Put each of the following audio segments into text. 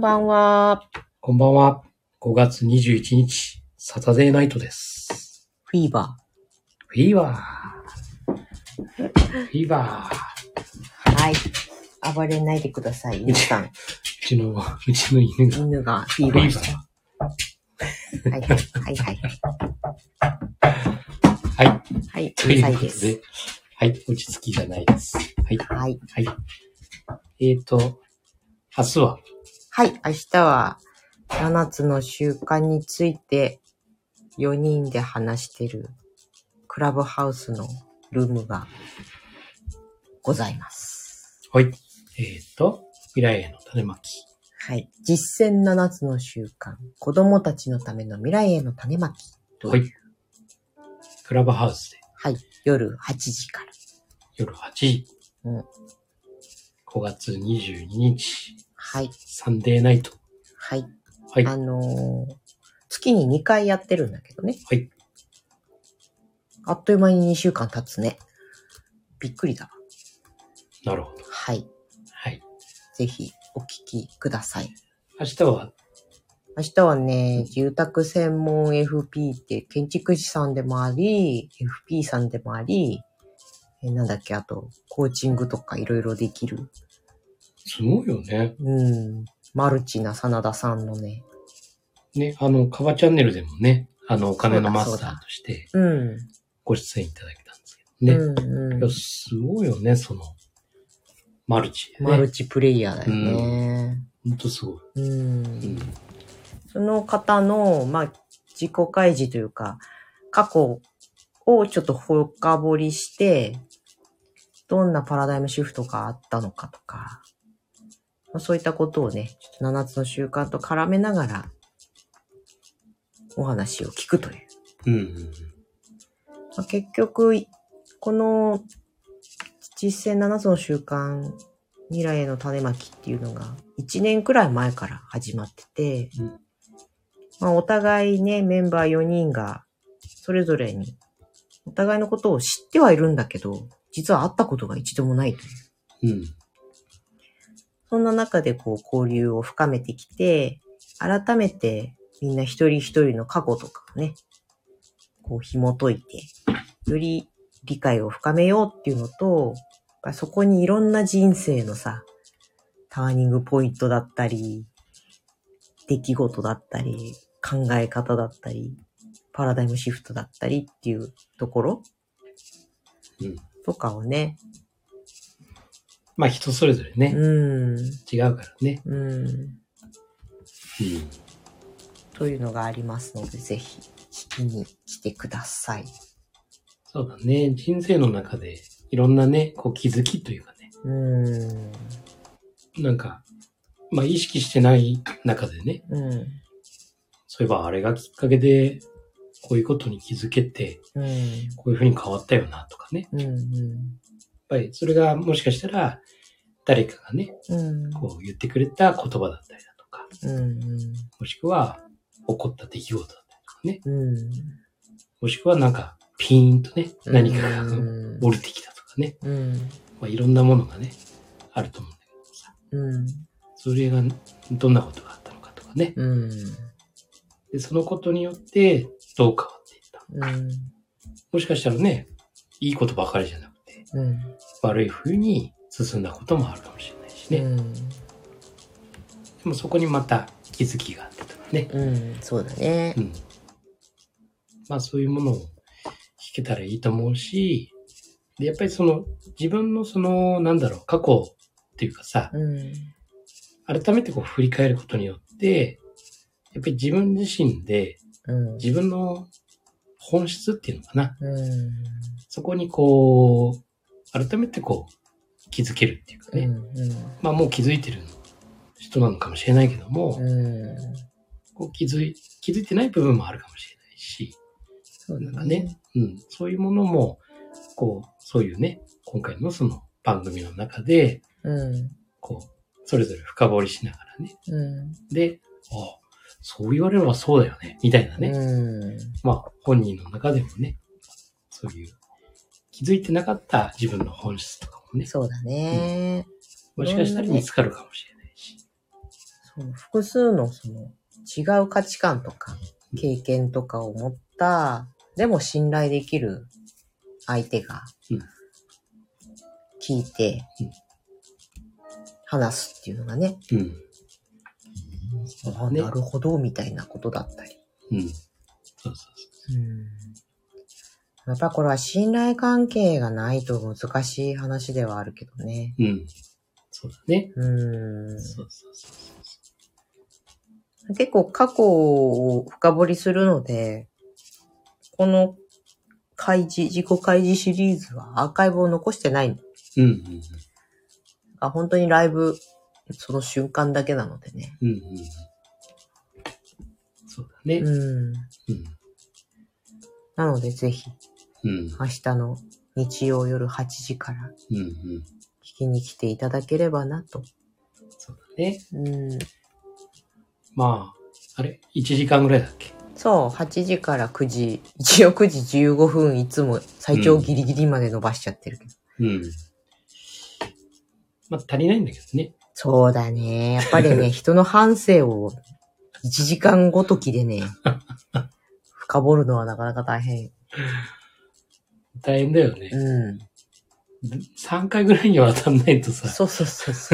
んばんは。 こんばんは。5月21日、サタデーナイトです。 フィーバフィーバー。フィーバー。 はい。暴れないでください、皆さん。 うちの犬がフィーバーして。はいはいはいはい。 はい。 はい、うるさいです。 はい、落ち着きじゃないです。はい。 はい。 はい。明日ははい、明日は7つの習慣について4人で話してるクラブハウスのルームがございます。 はい。未来への種まき。 はい。実践7つの習慣。子供たちのための未来への種まきという。はい。 クラブハウスで。 はい。夜8時から。 夜8時。 うん。 5月22日。 はい。 サンデーナイト。 はい。 はい。 月に2回やってるんだけどね。 はい。 あっという間に2週間経つね。びっくりだわ。 なるほど。 はい。 はい。 ぜひお聞きください。 明日はね、住宅専門 FP って建築士さんでもあり、FP さんでもあり、あと、コーチングとかいろいろできる。 すごいよね。 マルチな真田さんのね。 ね、カバチャンネルでもね、お金のマスターとして、ご出演いただけたんですけどね。いや、すごいよね、マルチ、ね。 マルチプレイヤーだよね。 ほんとすごい。 その方の、自己開示というか、過去をちょっと深掘りして、どんなパラダイムシフトがあったのかとか、そういったことをね、ちょっと7つの習慣と絡めながら、お話を聞くという。結局、この実践7つの習慣、未来への種まきっていうのが1年くらい前から始まってて、お互いね、メンバー4人がそれぞれにお互いのことを知ってはいるんだけど、実は会ったことが一度もないという。そんな中で交流を深めてきて、改めてみんな一人一人の過去とかをね、紐解いて、より理解を深めようっていうのと、そこにいろんな人生のターニングポイントだったり、出来事だったり、考え方だったり、パラダイムシフトだったりっていうところ、とかをね。 人それぞれね。違うからね。 というのがありますので、ぜひ聞きに来てください。 そうだね。人生の中でいろんなね、気づきというかね。意識してない中でね。そういえばあれがきっかけで、こういうことに気づけて、こういうふうに変わったよなとかね。やっぱりそれがもしかしたら誰かがね、言ってくれた言葉だったりだとか、もしくは起こった出来事だったりとかね。もしくはピーンとね、何かが降りてきたとかね。いろんなものがね、あると思うんだけどさ。それがどんなことがあったのかとかね。で、そのことによってどう変わっていった。もしかしたらね、いいことばかりじゃなくて、悪い風に進んだこともあるかもしれないしね。でもそこにまた気づきがあってとかね。 そうだね。 そういうものを聞けたらいいと思うし、で、やっぱり自分の過去っていうかさ、改めて振り返ることによって、やっぱり自分自身で、自分の本質っていうのかな。そこに改めて気づけるっていうかね。もう気づいてる人なのかもしれないけども、気づいてない部分もあるかもしれないし、そういうものも、そういうね、今回のその番組の中で、それぞれ深掘りしながらね。で、そう言われればそうだよね、みたいなね。本人の中でもね、そういう気づいてなかった自分の本質とかもね。 そうだね。 もしかしたら見つかるかもしれないし。 その複数のその違う価値観とか経験とかを持った、でも信頼できる相手が聞いて話すっていうのがね、なるほどみたいなことだったり。やっぱこれは信頼関係がないと難しい話ではあるけどね。 そうだね。 結構過去を深掘りするので、この自己開示シリーズはアーカイブを残してないの。本当にライブ、その瞬間だけなのでね。 そうだね。 なのでぜひ、明日の日曜夜8時から聞きに来ていただければなと。 そうだね。まあ、あれ ?1 時間ぐらいだっけ？ そう、8時から9時、一応9時15分いつも最長ギリギリまで伸ばしちゃってるけど。 まあ足りないんだけどね。 そうだね。やっぱりね、人の反省を1時間ごときでね、深掘るのはなかなか大変。 大変だよね。3回ぐらいには当たんないとさ。 そう。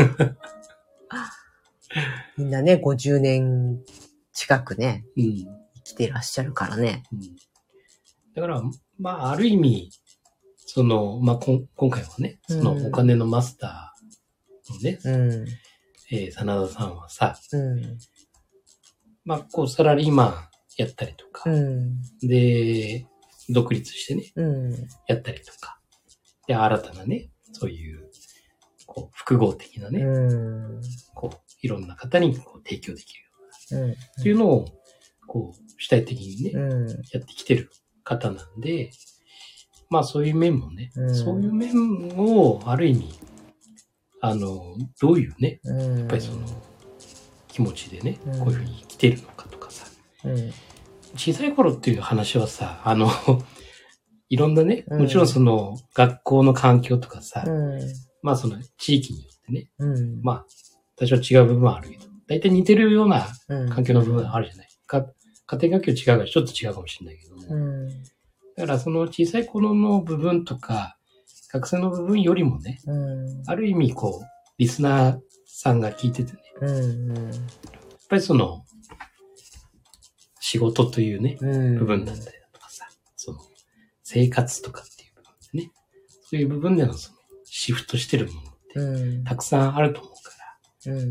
みんなね、50年近くね、生きてらっしゃるからね。 だから、まあ、ある意味、その、まあ、今回はね、そのお金のマスターのね、真田さんはさ、まあ、こう、サラリーマンやったりとか、で、独立してね、やったりとか、で、新たなね、そういう、こう、複合的なね、こう、いろんな方にこう提供できるような、っていうのを、こう、主体的にね、やってきてる方なんで、まあそういう面もね、そういう面をある意味、どういうね、やっぱりその気持ちでね、こういうふうに生きてるのかとかさ、小さい頃っていう話はさ、いろんなね、もちろんその学校の環境とかさ、まあその地域によってね、まあ多少違う部分はあるけど、大体似てるような環境の部分はあるじゃない。家庭環境違うからちょっと違うかもしれないけども、だからその小さい頃の部分とか、学生の部分よりもね、ある意味こう、リスナーさんが聞いててね、やっぱりその、仕事というね、部分だったりだとかさ、その、生活とかっていう部分でね、そういう部分でのその、シフトしてるものって、たくさんあると思うから、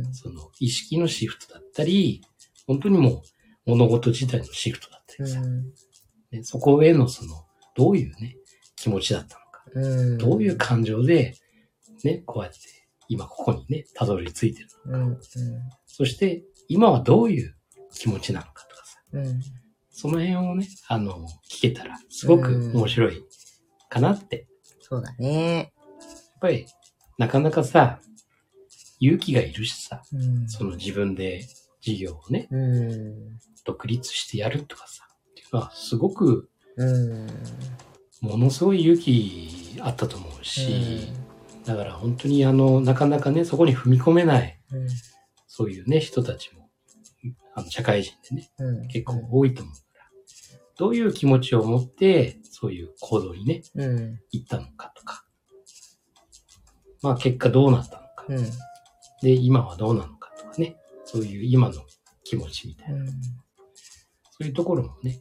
その、意識のシフトだったり、本当にもう、物事自体のシフトだったりさ、でそこへのその、どういうね、気持ちだったのか、どういう感情で、ね、こうやって、今ここにね、たどり着いてるのか、そして、今はどういう気持ちなのかとかさ、その辺をね、聞けたら、すごく面白いかなって。 そうだね。 やっぱり、なかなかさ、勇気がいるしさ、その自分で事業をね、独立してやるとかさ、っていうのはすごく、ものすごい勇気あったと思うし、だから本当になかなかね、そこに踏み込めない、そういうね、人たちも、社会人でね、結構多いと思うから、どういう気持ちを持って、そういう行動にね、行ったのかとか、まあ結果どうなったのか、で、今はどうなのかとかね、そういう今の気持ちみたいな、そういうところもね、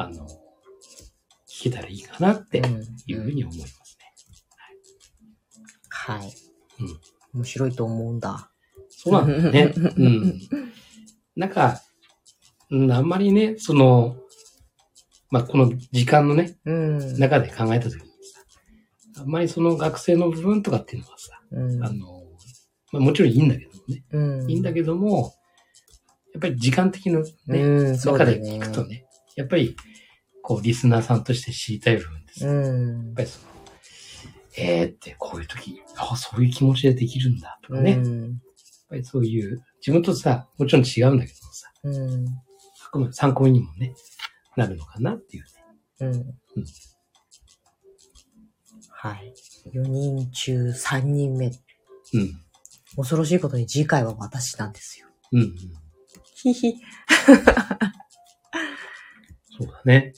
聞けたらいいかなっていうふうに思いますね。 はい。面白いと思うんだ。 そうなんだよね。なんか、あんまりね、その、まあ、この時間のね、中で考えたときにさ、あんまりその学生の部分とかっていうのはさ、まあ、もちろんいいんだけどもね、いいんだけども、やっぱり時間的なね、中で聞くとね、やっぱり、こう、リスナーさんとして知りたい部分です。やっぱりその、ってこういう時、そういう気持ちでできるんだとかね。やっぱりそういう、自分とさ、もちろん違うんだけどもさ、あくまで参考にもね、なるのかなっていうね。 はい。4人中3人目。恐ろしいことに次回は私なんですよ。 うんうん。 ひひ。 そうだね。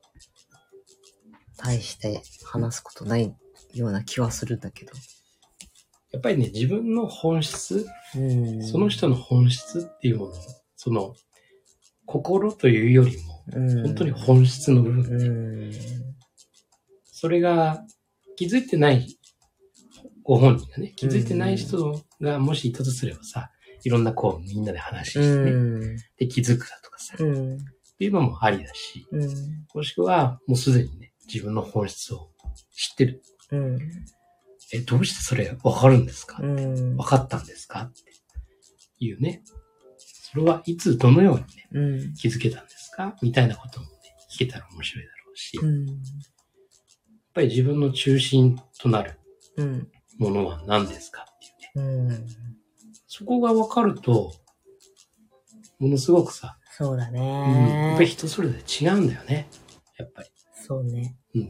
大して話すことないような気はするんだけど。 やっぱりね、自分の本質、その人の本質っていうもの、その、心というよりも、本当に本質の部分ね。それが気づいてないご本人がね、気づいてない人がもしいたとすればさ、いろんなこうみんなで話してね、で気づくだとかさ、っていうのもありだし、もしくはもうすでにね、自分の本質を知ってる。どうしてそれ分かるんですかって、分かったんですかっていうね、それはいつどのようにね、気づけたんですかみたいなこともね、聞けたら面白いだろうし、やっぱり自分の中心となるものは何ですかっていうね。そこが分かると、ものすごくさ、 そうだね。 やっぱり人それぞれ違うんだよね。やっぱり。 そうね。や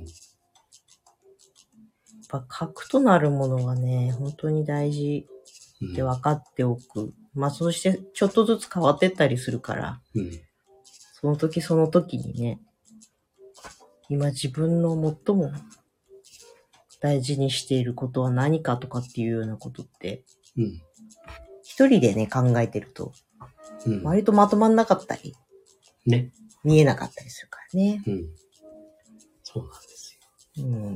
っぱ核となるものがね、本当に大事って分かっておく。まあそうしてちょっとずつ変わってったりするから、その時その時にね、今自分の最も大事にしていることは何かとかっていうようなことって、一人でね考えてると、割とまとまんなかったり、 ね、 見えなかったりするからね。 そうなんですよ。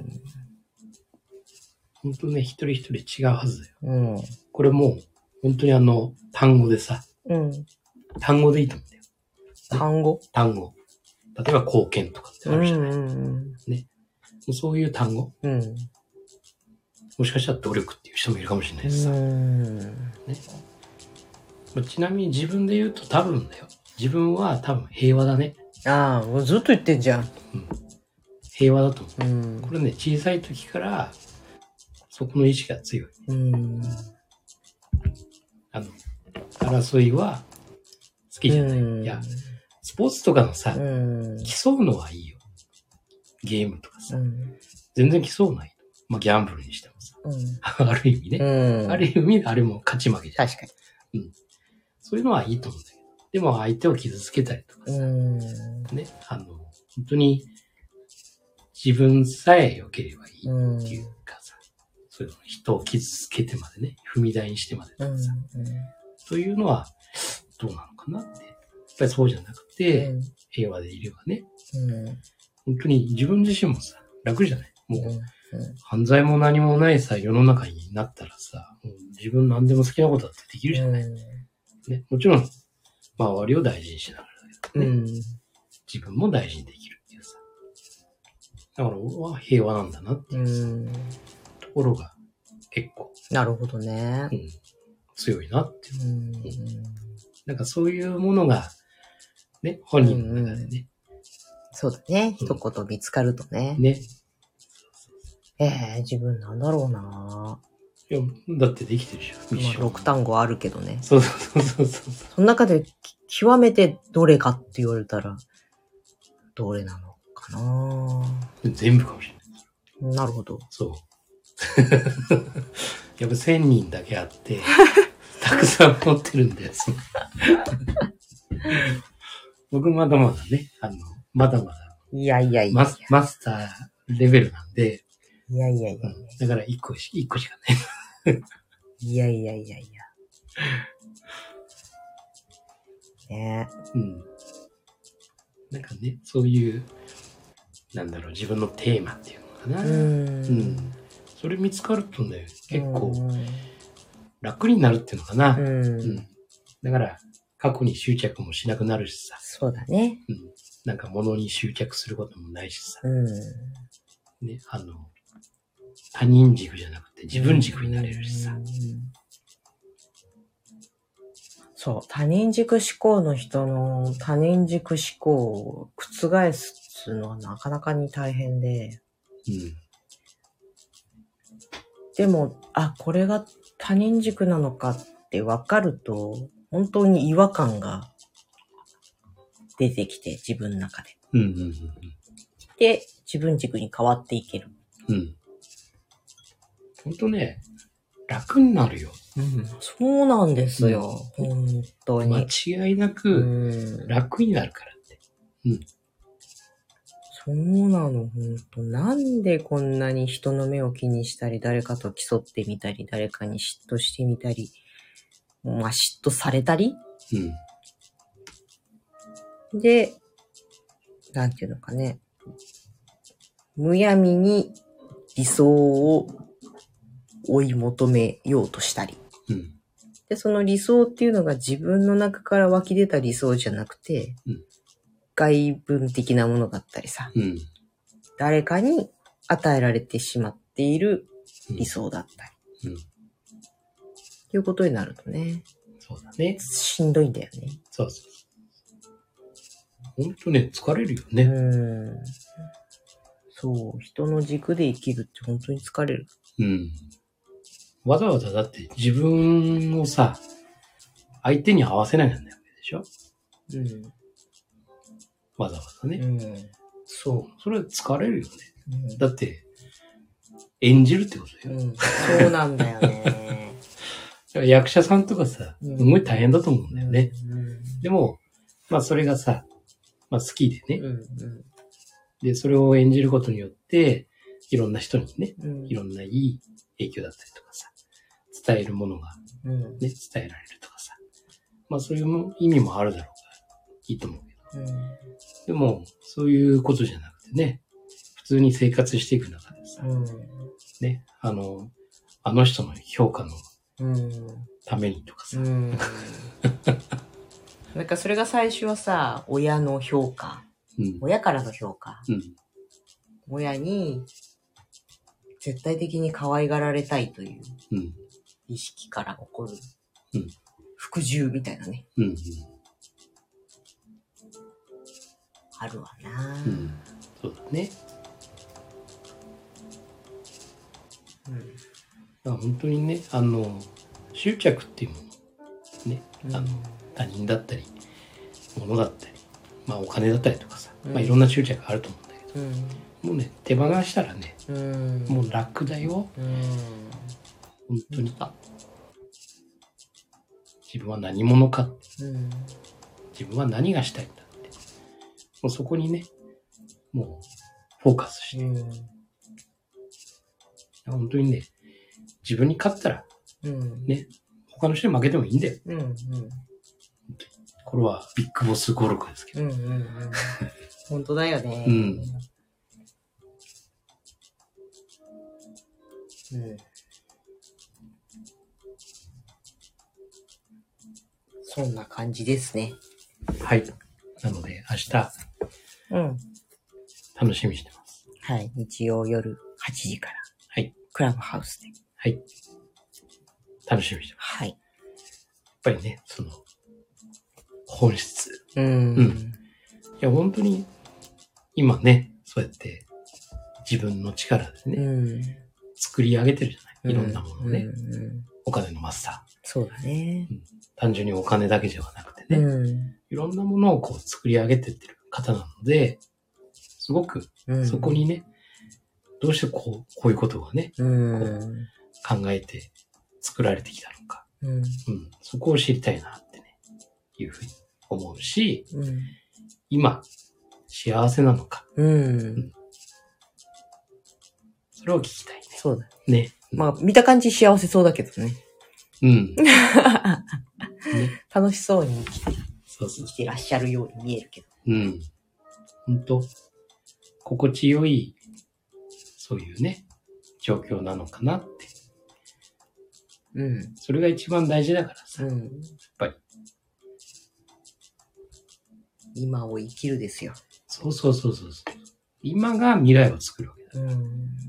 本当ね、一人一人違うはずだよ。これもう、本当に単語でさ、単語でいいと思うんだよ。 単語。 例えば貢献とかってあるじゃない。ね。そういう単語。もしかしたら努力っていう人もいるかもしれないしさ。ね。ちなみに自分で言うと多分だよ。自分は多分平和だね。 ああ、もうずっと言ってんじゃん。 平和だと思う。これね、小さい時から、そこの意志が強い。争いは好きじゃない。いや、スポーツとかのさ、競うのはいいよ。ゲームとかさ。全然競うない。まあ、ギャンブルにしてもさ。ある意味ね。ある意味、あれも勝ち負けじゃん。 確かに。 そういうのはいいと思うんだけど。でも相手を傷つけたりとかさ。ね。本当に自分さえ良ければいいっていうかさ。そういうの人を傷つけてまでね。踏み台にしてまでとかさ。というのはどうなのかなって。やっぱりそうじゃなくて、平和でいればね。本当に自分自身もさ、楽じゃない。もう、犯罪も何もないさ、世の中になったらさ、もう自分何でも好きなことだってできるじゃない。ね、もちろん、周りを大事にしながらだけどね、自分も大事にできるっていうさ。だから俺は平和なんだなっていうさ、ところが結構。 なるほどね。 強いなっていう。なんかそういうものが、ね、本人の中でね。 そうだね。一言見つかるとね。 ね。 自分なんだろうな。 いや、だってできてるでしょ。 6単語あるけどね。 そう。 その中で極めてどれかって言われたら、どれなのかな。 全部かもしれない。 なるほど。 そう。やっぱ1000人だけあって、たくさん持ってるんだよ。僕まだまだね、まだまだ。 いや。 マスターレベルなんで。 いや。 だから1個しかね。 いや。ね。 なんかね、そういう、なんだろう、自分のテーマっていうのかな。それ見つかるとね、結構楽になるっていうのかな。だから、過去に執着もしなくなるしさ。 そうだね。 なんか物に執着することもないしさ。ね、他人軸じゃなくて自分軸になれるしさ。 そう、他人軸思考の人の他人軸思考を覆すっていうのはなかなかに大変で。でも、これが他人軸なのかって分かると、本当に違和感が出てきて、自分の中で。で、自分軸に変わっていける。 本当ね、 楽になるよ。 そうなんですよ。本当に。 間違いなく楽になるからって。 そうなの、本当。なんでこんなに人の目を気にしたり、誰かと競ってみたり、誰かに嫉妬してみたり、嫉妬されたり、で、なんていうのかね。むやみに理想を追い求めようとしたり。で、その理想っていうのが自分の中から湧き出た理想じゃなくて、外分的なものだったりさ、誰かに与えられてしまっている理想だったり。いうことになるとね。 そうだね。 しんどいんだよね。 そう。ほんとね、疲れるよね。 そう、人の軸で生きるって本当に疲れる。 わざわざだって自分をさ、相手に合わせないんだよでしょ？わざわざね。そう。それは疲れるよね。だって、演じるってことだよ。 そうなんだよね。 役者さんとかさ、すごい大変だと思うんだよね。でも、それがさ、好きでね。で、それを演じることによって、いろんな人にね、いろんないい影響だったりとかさ、伝えるものが、ね、伝えられるとかさ。そういう意味もあるだろうから、いいと思うけど。でも、そういうことじゃなくてね、普通に生活していく中でさ、ね、あの人の評価のためにとかさ。 なんかそれが最初はさ、親の評価、親からの評価、親に絶対的に可愛がられたいという意識から起こる、服従みたいなね、あるわな、 そうだね。本当にね、執着っていうものね、他人だったり物だったり、お金だったりとかさ、いろんな執着あると思うんだけど、もうね、手放したらね、もう楽だよ。本当に。自分は何者か、自分は何がしたいんだって、もうそこにね、もうフォーカスして、本当にね、自分に勝ったら、ね、他の人に負けてもいいんだよ。これはビッグボス語録ですけど。 本当だよね。そんな感じですね。 はい。なので、明日、楽しみにしてます。 はい。日曜夜8時から。 はい。 クラブハウスで。 はい。楽しみにしてます。 はい。 やっぱりね、その、本質。いや、本当に、今ね、そうやって、自分の力でね、作り上げてるじゃない。いろんなものをね。お金のマスター。 そうだね。 単純にお金だけではなくてね、いろんなものをこう作り上げてってる方なので、すごくそこにね、どうしてこういうことがね、こう考えて作られてきたのか、そこを知りたいなってね、いうふうに思うし、今、幸せなのか、それを聞きたいね。 そうだね。 見た感じ幸せそうだけどね。楽しそうに生きてらっしゃるように見えるけど。 本当心地よい、そういうね、状況なのかなって。それが一番大事だからさ。やっぱり。 今を生きるですよ。 そう。今が未来を作るわけだから。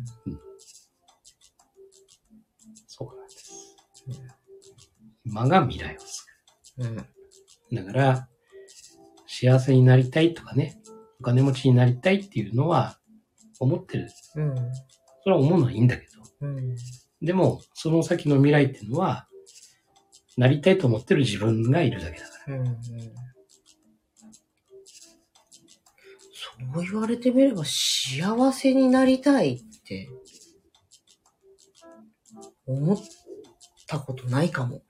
そうなんです。今が未来を作る。だから、幸せになりたいとかね、お金持ちになりたいっていうのは思ってる。それは思うのはいいんだけど。でも、その先の未来っていうのは、なりたいと思ってる自分がいるだけだから。 そう言われてみれば幸せになりたいって思ったことないかも。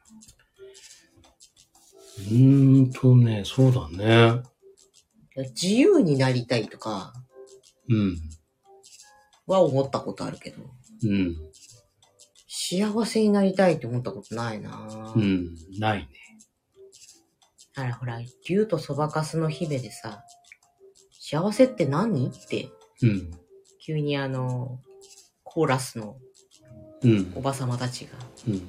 そうだね。 自由になりたいとか、は思ったことあるけど、幸せになりたいって思ったことないな。 ないね。 あらほら、竜とそばかすの姫でさ、幸せって何って、急にコーラスのおばさまたちが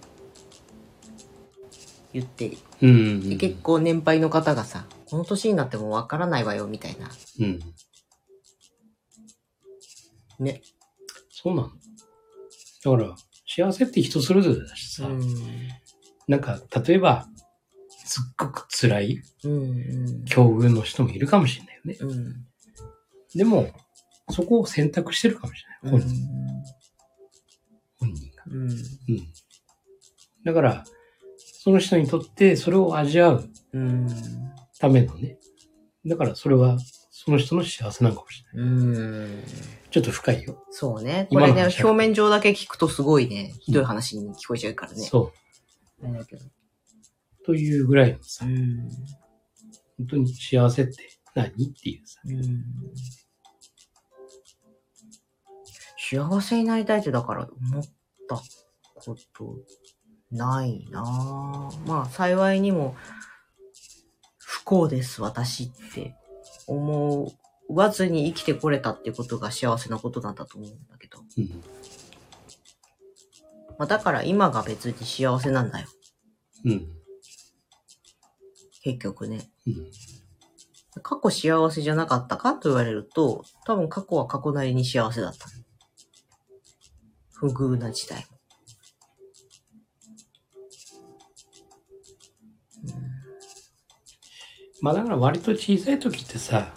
言って、で結構年配の方がさ、この年になってもわからないわよみたいな。ね。 そうなの。だから幸せって人それぞれだしさ、なんか例えばすっごく辛い境遇の人もいるかもしれないよね。でもそこを選択してるかもしれない。本人が。だからその人にとってそれを味わうためのね。だからそれはその人の幸せなのかもしれない。ちょっと深いよ。 そうね。これね、表面上だけ聞くとすごいね、ひどい話に聞こえちゃうからね。 そう。というぐらいのさ、本当に幸せって何っていうさ。 幸せになりたいってだから思ったことないなぁ。まあ幸いにも不幸です私って思わずに生きてこれたってことが幸せなことなんだと思うんだけど。まあ、だから今が別に幸せなんだよ。結局ね。過去幸せじゃなかったかと言われると、多分過去は過去なりに幸せだった。不遇な時代も。 まあだから割と小さい時ってさ、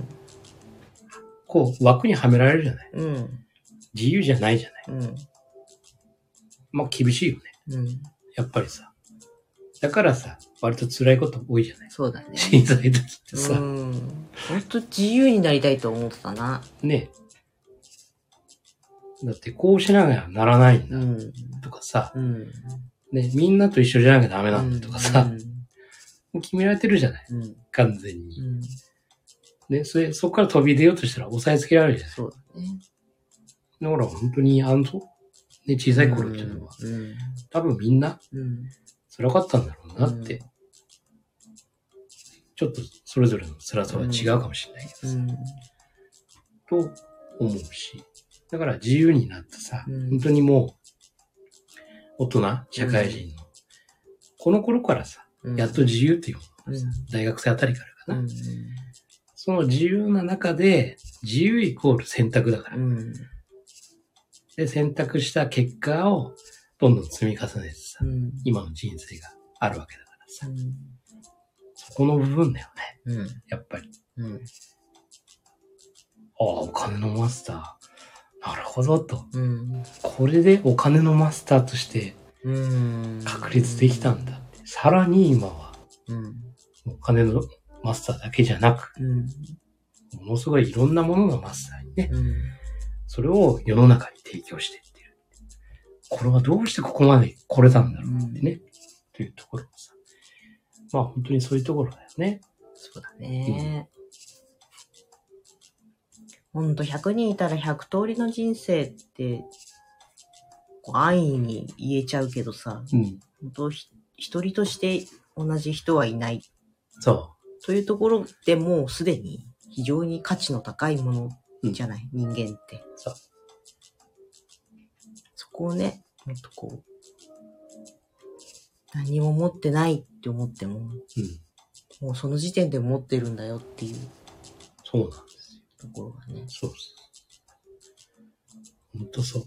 こう枠にはめられるじゃない。自由じゃないじゃない。まあ厳しいよね。やっぱりさ。だからさ、割と辛いこと多いじゃない。 そうだね。 小さい時ってさ。 本当自由になりたいと思ってたな。 ね。だってこうしなきゃならないんだとかさ、ね、みんなと一緒じゃなきゃダメなんだとかさ、もう決められてるじゃない、完全に。ね、そこから飛び出ようとしたら押さえつけられるじゃない。 そうだね。 だから本当にね、小さい頃っていうのは、多分みんな辛かったんだろうなって、ちょっとそれぞれの辛さは違うかもしれないけどさ、と思うし、だから自由になったさ、本当にもう大人、社会人の、この頃からさ、やっと自由っていうものがさ、大学生あたりからかな。その自由な中で、自由イコール選択だから。で、選択した結果をどんどん積み重ねてさ、今の人生があるわけだからさ、そこの部分だよね。やっぱり。お金のマスター。なるほどと。これでお金のマスターとして確立できたんだって。さらに今は、お金のマスターだけじゃなく、ものすごいいろんなもののマスターにね、それを世の中に提供していってる。これはどうしてここまで来れたんだろうってね、というところもさ。まあ本当にそういうところだよね。 そうだね。ほんと100人いたら100通りの人生って安易に言えちゃうけどさ、本当一人として同じ人はいない。 そう。 というところでもうすでに非常に価値の高いものじゃない、人間って。 そう。 そこをね、もっとこう、何も持ってないって思っても、もうその時点で持ってるんだよっていう。 そうなんですよ。ところがね。 そうです。ほんとそう。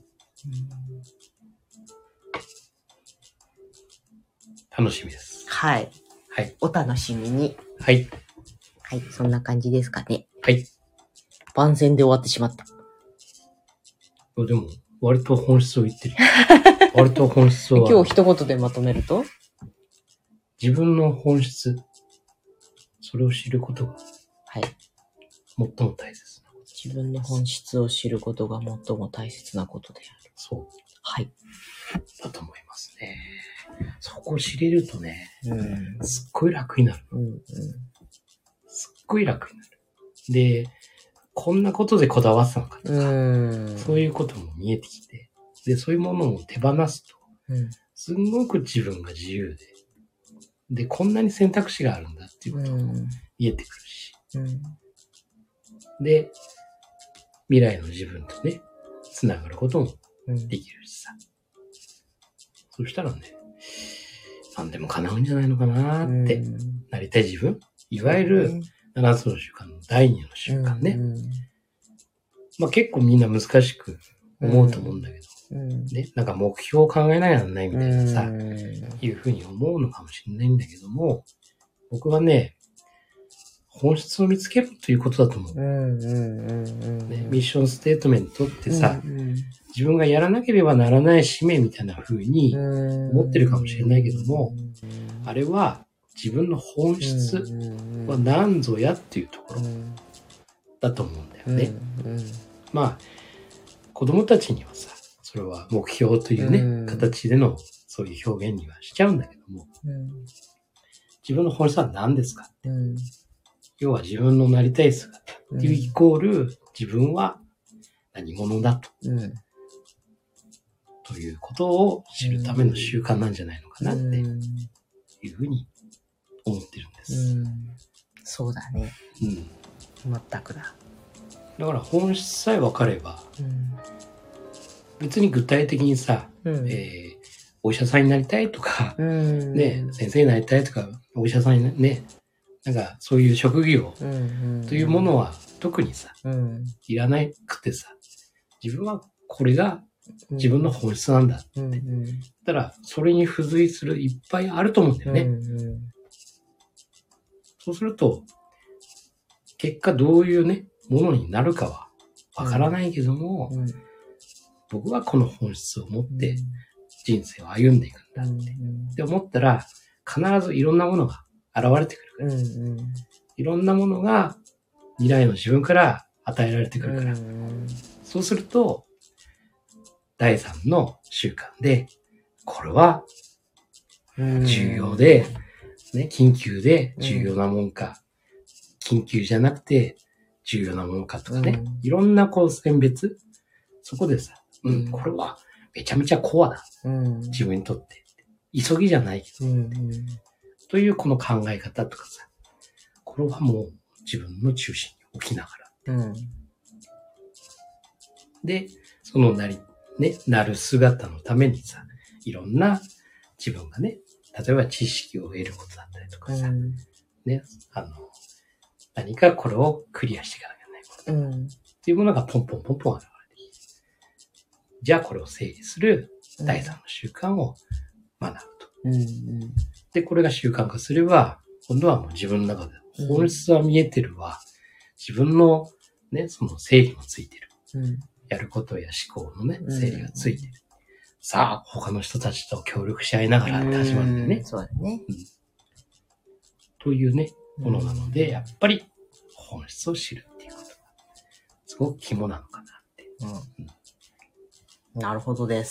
楽しみです。 はい。 はい。 お楽しみに。 はい。 はい。そんな感じですかね。 はい。 番宣で終わってしまった。 でも、割と本質を言ってる。割と本質を。 今日一言でまとめると？ 自分の本質、それを知ることが、 はい。 最も大切なこと。 自分の本質を知ることが最も大切なことである。 そう。 はい。 だと思いますね。 そこを知れるとね、すっごい楽になる。すっごい楽になる。で、こんなことでこだわってたのかとか、そういうことも見えてきて、で、そういうものを手放すと、すんごく自分が自由で、で、こんなに選択肢があるんだっていうことも見えてくるし、で、未来の自分とね、つながることもできるしさ。そしたらね、何でも叶うんじゃないのかなってなりたい自分。いわゆる7つの習慣の第2の習慣ね。まあ結構みんな難しく思うと思うんだけど、ね、なんか目標を考えなきゃならないみたいなさ、いうふうに思うのかもしれないんだけども、僕はね、本質を見つけるということだと思う。ね、ミッションステートメントってさ、自分がやらなければならない使命みたいな風に思ってるかもしれないけども、あれは自分の本質は何ぞやっていうところだと思うんだよね。まあ、子供たちにはさ、それは目標というね、形でのそういう表現にはしちゃうんだけども、自分の本質は何ですかって。要は自分のなりたい姿っていうイコール、自分は何者だと。ということを知るための習慣なんじゃないのかなっていうふうに思ってるんです。 そうだね。全くだ。 だから本質さえ分かれば、別に具体的にさ、お医者さんになりたいとか、ね、先生になりたいとか、お医者さんにね、なんかそういう職業というものは特にさ、いらなくてさ、自分はこれが自分の本質なんだって。だから、それに付随するいっぱいあると思うんだよね。そうすると、結果どういうね、ものになるかはわからないけども、僕はこの本質を持って人生を歩んでいくんだって思ったら、必ずいろんなものが現れてくるから、いろんなものが未来の自分から与えられてくるから、そうすると、第3の習慣で、これは重要で、ね、緊急で重要なもんか、緊急じゃなくて重要なものかとかね、いろんなこう選別、そこでさ、これはめちゃめちゃコアだ。自分にとって。急ぎじゃないけど、というこの考え方とかさ、これはもう自分の中心に置きながら。で、そのなる姿のためにさ、いろんな自分がね、例えば知識を得ることだったりとかさ、ね、何かこれをクリアしていかなきゃいけないことっていうものがポンポンポンポン現れてきて、じゃあこれを整理する第3の習慣を学ぶと。で、これが習慣化すれば、今度はもう自分の中で本質は見えてるわ。自分のね、その整理もついてる。やることや思考のね、整理がついてる。さあ、他の人たちと協力し合いながらって始まるんだよね。 そうだね。 というね、ものなので、やっぱり本質を知るっていうことが、すごく肝なのかなって。 なるほどです。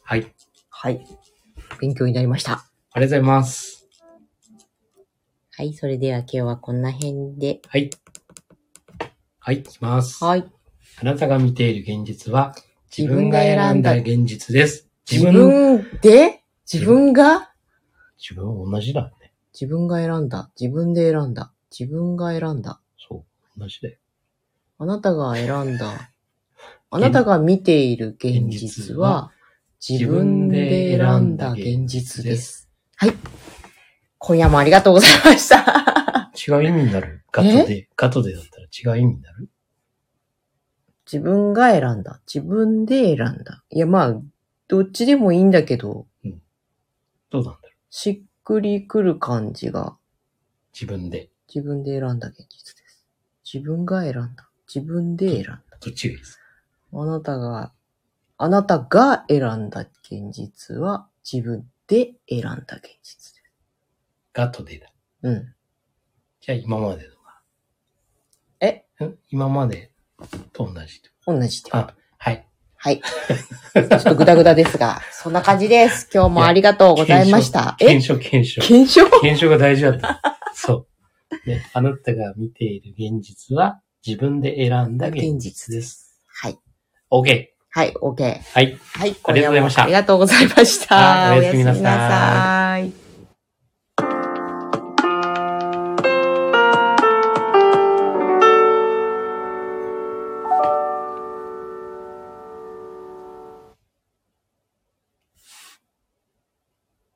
はい。 はい。勉強になりました。 ありがとうございます。 はい、それでは今日はこんな辺で。 はい。はい、いきます。 はい。 あなたが見ている現実は、自分が選んだ現実です。 自分で自分が自分同じだね。 自分が選んだ。自分で選んだ。自分が選んだ。 そう、同じだよ。 あなたが選んだ。あなたが見ている現実は、自分で選んだ現実です。はい。今夜もありがとうございました。 違う意味になる。ガトでだったら違う意味になる。 自分が選んだ。自分で選んだ。いや、まあ、どっちでもいいんだけど。 どうなんだろう。 しっくりくる感じが。 自分で選んだ現実です。自分が選んだ。自分で選んだ。 どっちがいいですか？ あなたが選んだ現実は自分で選んだ現実です。 ガトでだ。じゃあ今までのが。今までと同じ。 同じってこと。 はい。 はい。ちょっとグダグダですが、そんな感じです。今日もありがとうございました。 検証。検証が大事だった。そう。ね、あなたが見ている現実は自分で選んだ現実です。 はい。 OK。 はい、OK。 はい。 はい。 ありがとうございました。 ありがとうございました。 おやすみなさい。